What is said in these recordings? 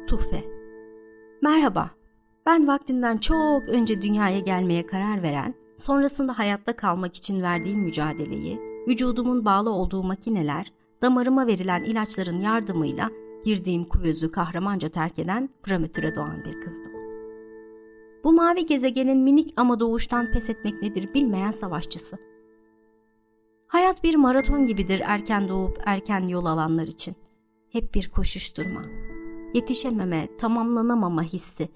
Tuhfe. Merhaba, ben vaktinden çok önce dünyaya gelmeye karar veren, sonrasında hayatta kalmak için verdiğim mücadeleyi, vücudumun bağlı olduğu makineler, damarıma verilen ilaçların yardımıyla girdiğim kuvözü kahramanca terk eden prematüre doğan bir kızdım. Bu mavi gezegenin minik ama doğuştan pes etmek nedir bilmeyen savaşçısı. Hayat bir maraton gibidir erken doğup erken yol alanlar için. Hep bir koşuşturma. Yetişememe, tamamlanamama hissi.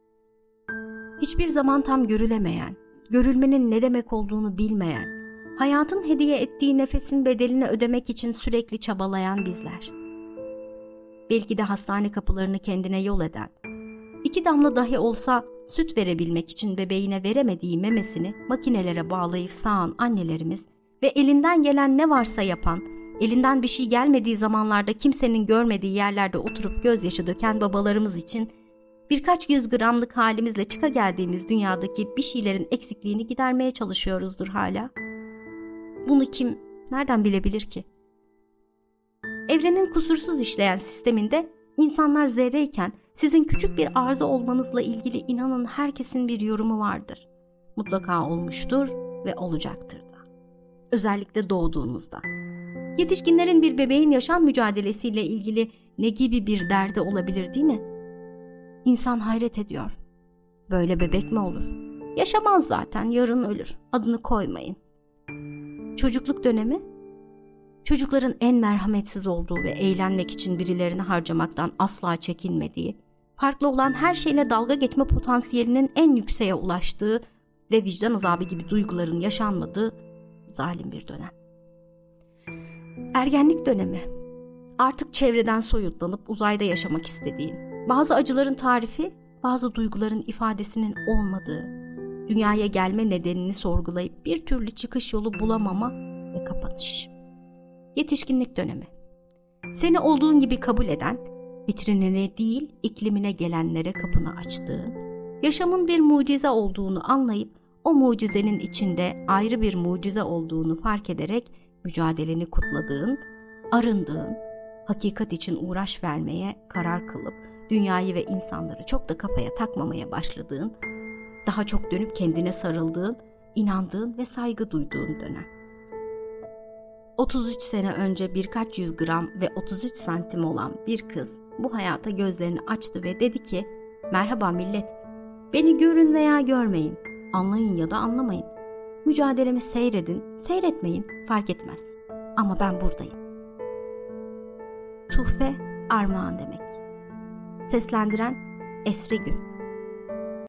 Hiçbir zaman tam görülemeyen, görülmenin ne demek olduğunu bilmeyen, hayatın hediye ettiği nefesin bedelini ödemek için sürekli çabalayan bizler. Belki de hastane kapılarını kendine yol eden, 2 damla dahi olsa süt verebilmek için bebeğine veremediği memesini makinelere bağlayıp sağan annelerimiz ve elinden gelen ne varsa yapan, elinden bir şey gelmediği zamanlarda kimsenin görmediği yerlerde oturup gözyaşı döken babalarımız için birkaç 100 gramlık halimizle çıka geldiğimiz dünyadaki bir şeylerin eksikliğini gidermeye çalışıyoruzdur hala. Bunu kim, nereden bilebilir ki? Evrenin kusursuz işleyen sisteminde insanlar zerreyken sizin küçük bir arıza olmanızla ilgili inanın herkesin bir yorumu vardır. Mutlaka olmuştur ve olacaktır da. Özellikle doğduğunuzda. Yetişkinlerin bir bebeğin yaşam mücadelesiyle ilgili ne gibi bir derdi olabilir değil mi? İnsan hayret ediyor. Böyle bebek mi olur? Yaşamaz zaten, yarın ölür. Adını koymayın. Çocukluk dönemi? Çocukların en merhametsiz olduğu ve eğlenmek için birilerini harcamaktan asla çekinmediği, farklı olan her şeyle dalga geçme potansiyelinin en yükseğe ulaştığı ve vicdan azabı gibi duyguların yaşanmadığı zalim bir dönem. Ergenlik dönemi. Artık çevreden soyutlanıp uzayda yaşamak istediğin, bazı acıların tarifi, bazı duyguların ifadesinin olmadığı, dünyaya gelme nedenini sorgulayıp bir türlü çıkış yolu bulamama ve kapanış. Yetişkinlik dönemi. Seni olduğun gibi kabul eden, vitrinine değil iklimine gelenlere kapını açtığın, yaşamın bir mucize olduğunu anlayıp o mucizenin içinde ayrı bir mucize olduğunu fark ederek mücadeleni kutladığın, arındığın, hakikat için uğraş vermeye karar kılıp dünyayı ve insanları çok da kafaya takmamaya başladığın, daha çok dönüp kendine sarıldığın, inandığın ve saygı duyduğun dönem. 33 sene önce birkaç 100 gram ve 33 santim olan bir kız bu hayata gözlerini açtı ve dedi ki, merhaba millet, beni görün veya görmeyin, anlayın ya da anlamayın. Mücadelemi seyredin, seyretmeyin fark etmez. Ama ben buradayım. Tuhfe, armağan demek. Seslendiren Esri Gün.